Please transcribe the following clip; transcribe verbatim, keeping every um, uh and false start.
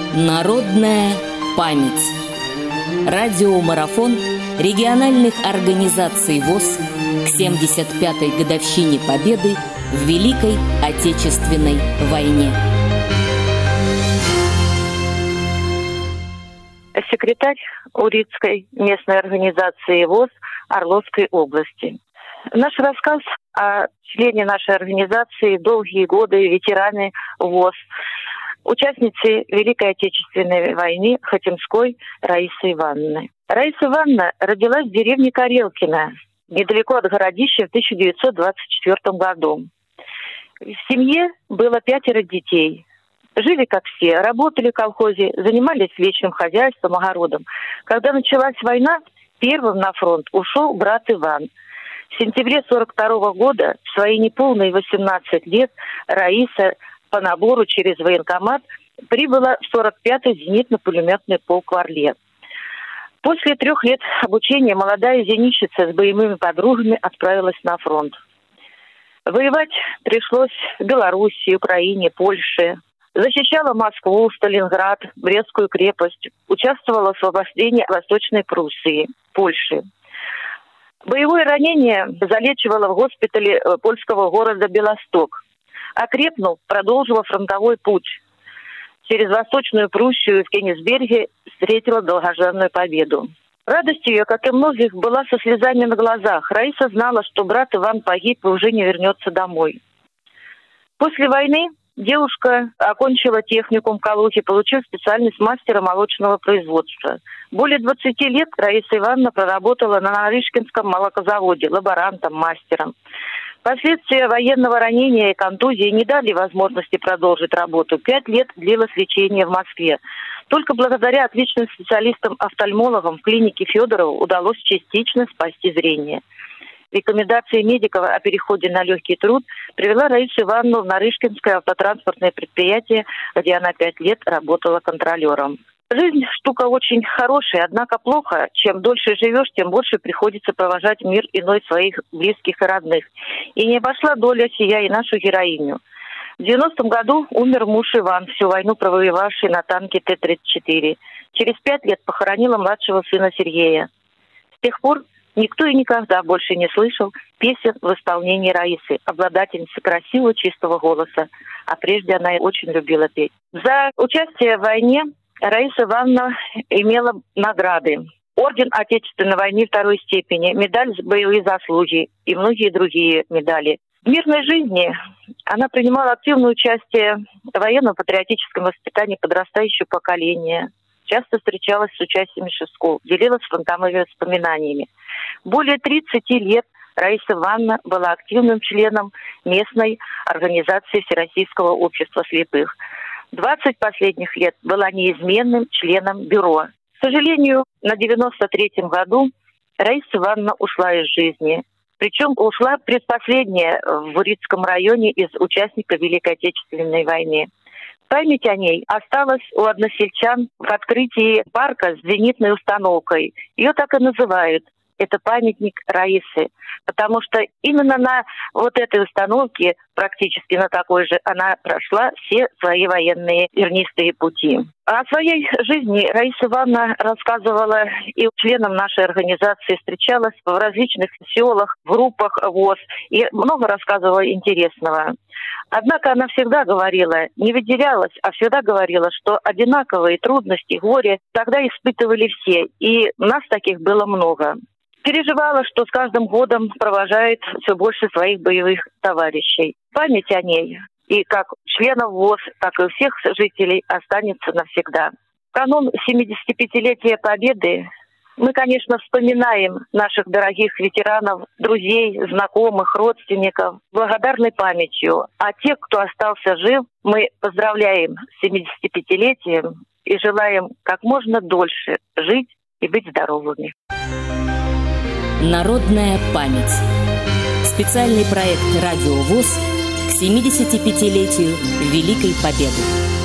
Народная память. Радиомарафон региональных организаций ВОС к семьдесят пятой годовщине Победы в Великой Отечественной войне. Секретарь Урицкой местной организации ВОС Орловской области. Наш рассказ о члене нашей организации, долгие годы ветераны ВОС, участницы Великой Отечественной войны Хотимской Раисы Ивановны. Раиса Ивановна родилась в деревне Карелкино, недалеко от городища, в тысяча девятьсот двадцать четвёртом году. В семье было пятеро детей. Жили, как все, работали в колхозе, занимались вечным хозяйством, огородом. Когда началась война, первым на фронт ушел брат Иван. В сентябре сорок второго года, в свои неполные восемнадцать лет, Раиса по набору через военкомат прибыла в сорок пятый зенитно-пулеметный полк в Орле. После трех лет обучения молодая зенитчица с боевыми подругами отправилась на фронт. Воевать пришлось в Белоруссии, Украине, Польше. Защищала Москву, Сталинград, Брестскую крепость. Участвовала в освобождении Восточной Пруссии, Польши. Боевое ранение залечивала в госпитале польского города Белосток. Окрепнув, продолжила фронтовой путь. Через Восточную Пруссию в Кенигсберге встретила долгожданную победу. Радость ее, как и многих, была со слезами на глазах. Раиса знала, что брат Иван погиб и уже не вернется домой. После войны девушка окончила техникум в Калуге, получив специальность мастера молочного производства. Более двадцати лет Раиса Ивановна проработала на Нарышкинском молокозаводе лаборантом, мастером. Последствия военного ранения и контузии не дали возможности продолжить работу. Пять лет длилось лечение в Москве. Только благодаря отличным специалистам-офтальмологам в клинике Федорова удалось частично спасти зрение. Рекомендации медиков о переходе на легкий труд привела Раису Ивановну в Нарышкинское автотранспортное предприятие, где она пять лет работала контролером. Жизнь штука очень хорошая, однако плохо. Чем дольше живешь, тем больше приходится провожать мир иной своих близких и родных. И не обошла доля сия и нашу героиню. В девяностом году умер муж Иван, всю войну провоевавший на танке Т тридцать четыре. Через пять лет похоронила младшего сына Сергея. С тех пор никто и никогда больше не слышал песен в исполнении Раисы, обладательницы красивого чистого голоса. А прежде она очень любила петь. За участие в войне Раиса Ивановна имела награды. Орден Отечественной войны второй степени, медаль за боевые заслуги и многие другие медали. В мирной жизни она принимала активное участие в военно-патриотическом воспитании подрастающего поколения. Часто встречалась с участиями школ, делилась фронтовыми воспоминаниями. Более тридцати лет Раиса Ивановна была активным членом местной организации Всероссийского общества слепых. двадцать последних лет была неизменным членом бюро. К сожалению, на девяносто третьем году Раиса Ивановна ушла из жизни. Причем ушла предпоследняя в Урицком районе из участников Великой Отечественной войны. Память о ней осталась у односельчан в открытии парка с зенитной установкой. Ее так и называют. Это памятник Раисы, потому что именно на вот этой установке, практически на такой же, она прошла все свои военные тернистые пути. О своей жизни Раиса Ивановна рассказывала и членам нашей организации, встречалась в различных селах, в группах ВОС, и много рассказывала интересного. Однако она всегда говорила, не выделялась, а всегда говорила, что одинаковые трудности, горе тогда испытывали все, и нас таких было много. Переживала, что с каждым годом провожает все больше своих боевых товарищей. Память о ней и как членов ВОС, так и у всех жителей останется навсегда. В канун семидесятипятилетия Победы мы, конечно, вспоминаем наших дорогих ветеранов, друзей, знакомых, родственников благодарной памятью. А тех, кто остался жив, мы поздравляем с семидесятипятилетием и желаем как можно дольше жить и быть здоровыми. Народная память. Специальный проект «Радио ВОС» к семидесятипятилетию Великой Победы.